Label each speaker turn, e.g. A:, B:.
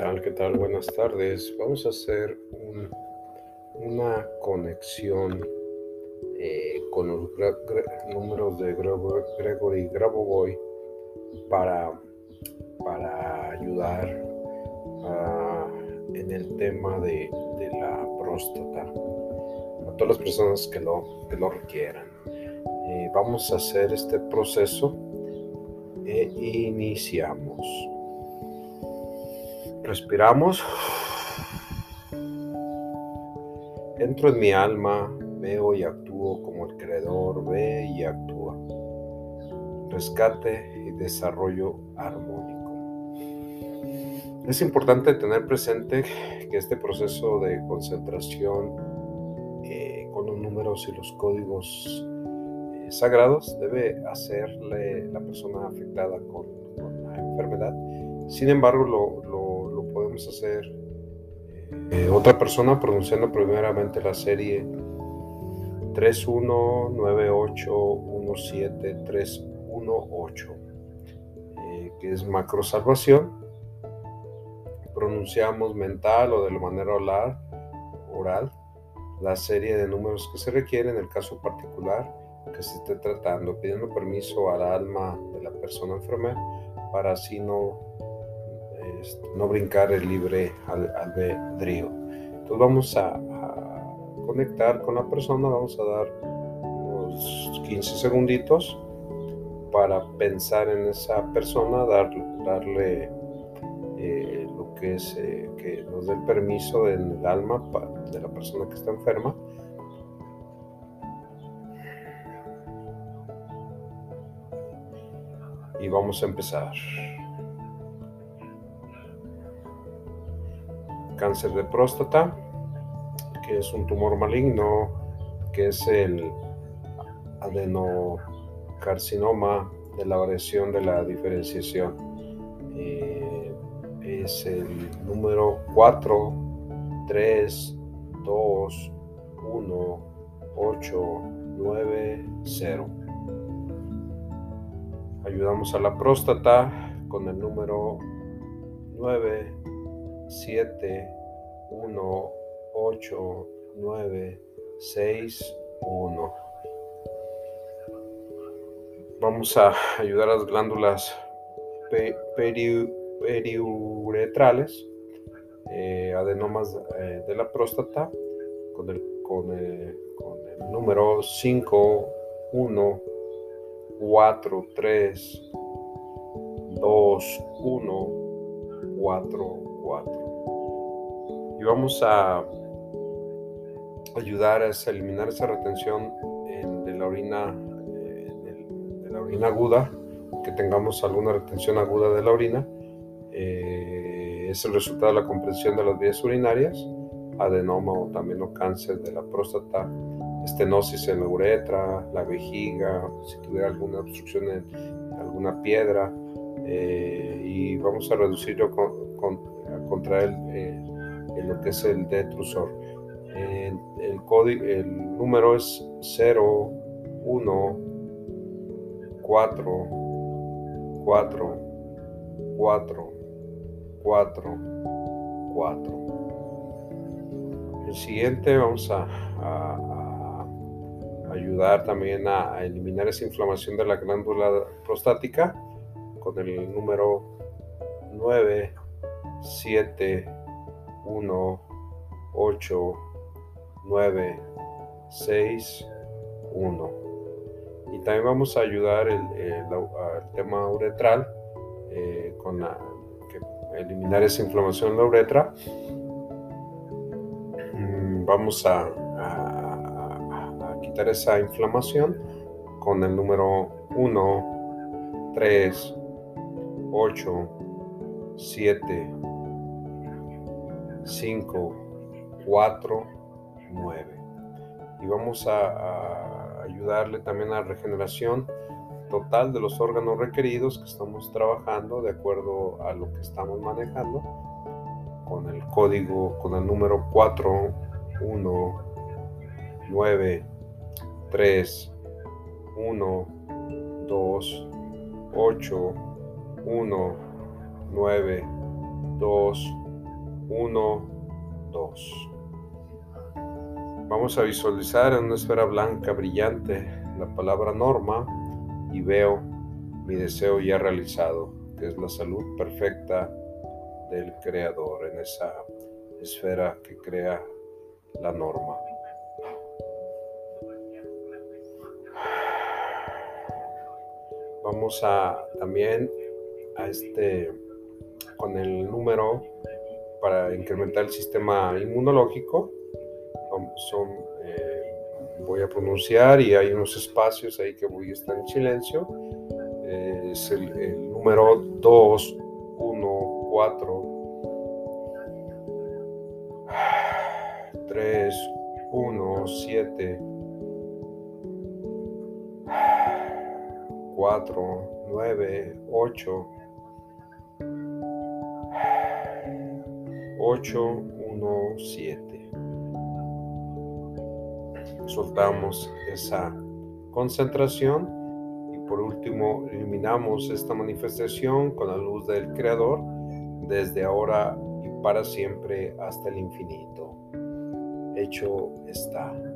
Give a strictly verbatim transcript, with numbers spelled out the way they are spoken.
A: tal? ¿Qué tal? Buenas tardes. Vamos a hacer un- una conexión eh, con los gra- gra- números de Grego- Gregory Grabovoi para, para ayudar a- en el tema de, de la próstata a todas las personas que lo, que lo requieran. Eh, vamos a hacer este proceso e iniciamos. Respiramos. Entro en mi alma, veo y actúo como el creador ve y actúa. Rescate y desarrollo armónico. Es importante tener presente que este proceso de concentración eh, con los números y los códigos eh, sagrados debe hacerle la persona afectada con, con la enfermedad. Sin embargo, lo, lo, lo podemos hacer eh, otra persona pronunciando primeramente la serie tres uno nueve ocho uno siete tres uno ocho, eh, que es macro salvación. Pronunciamos mental o de la manera oral, oral la serie de números que se requieren en el caso particular que se esté tratando, pidiendo permiso al alma de la persona enferma para así no, eh, no brincar el libre albedrío. Entonces vamos a, a conectar con la persona, vamos a dar unos quince segunditos para pensar en esa persona, dar, darle eh, lo que es eh, que nos dé el permiso en el alma de la persona que está enferma. Y vamos a empezar. Cáncer de próstata, que es un tumor maligno, que es el adenocarcinoma de la variación de la diferenciación. Eh, es el número cuatro tres dos uno ocho nueve cero. Ayudamos a la próstata con el número nueve siete uno ocho nueve seis uno. Vamos a ayudar a las glándulas pe- peri- periuretrales, eh, adenomas eh, de la próstata con el, con el, con el número cinco uno cuatro tres dos uno cuatro cuatro. Y vamos a ayudar a eliminar esa retención en, de la orina eh, de, de la orina aguda, que tengamos alguna retención aguda de la orina. Eh, es el resultado de la compresión de las vías urinarias, adenoma o también o cáncer de la próstata, estenosis en la uretra, la vejiga, si tuviera alguna obstrucción en alguna piedra, eh, y vamos a reducirlo con, con, a contraer eh, en lo que es el detrusor. El, el, código, el número es cero uno cuatro cuatro cuatro cuatro cuatro. El siguiente vamos a, a, a ayudar también a, a eliminar esa inflamación de la glándula prostática con el número nueve siete uno ocho nueve seis uno. Y también vamos a ayudar el, el, el tema uretral eh, con la, que eliminar esa inflamación en la uretra. Vamos a, a, a quitar esa inflamación con el número uno tres ocho siete cinco cuatro nueve. Y vamos a, a ayudarle también a la regeneración total de los órganos requeridos que estamos trabajando de acuerdo a lo que estamos manejando con el código, con el número cuatro uno nueve tres uno dos ocho uno nueve dos uno, dos. Vamos a visualizar en una esfera blanca brillante la palabra norma y veo mi deseo ya realizado, que es la salud perfecta del Creador en esa esfera que crea la norma. Vamos a también a este con el número para incrementar el sistema inmunológico. Son, eh, voy a pronunciar y hay unos espacios ahí que voy a estar en silencio. Eh, es el, el número dos, uno, cuatro, tres, uno, siete, cuatro, nueve, ocho, ocho, uno, siete. Soltamos esa concentración y por último eliminamos esta manifestación con la luz del Creador desde ahora y para siempre hasta el infinito. Hecho está.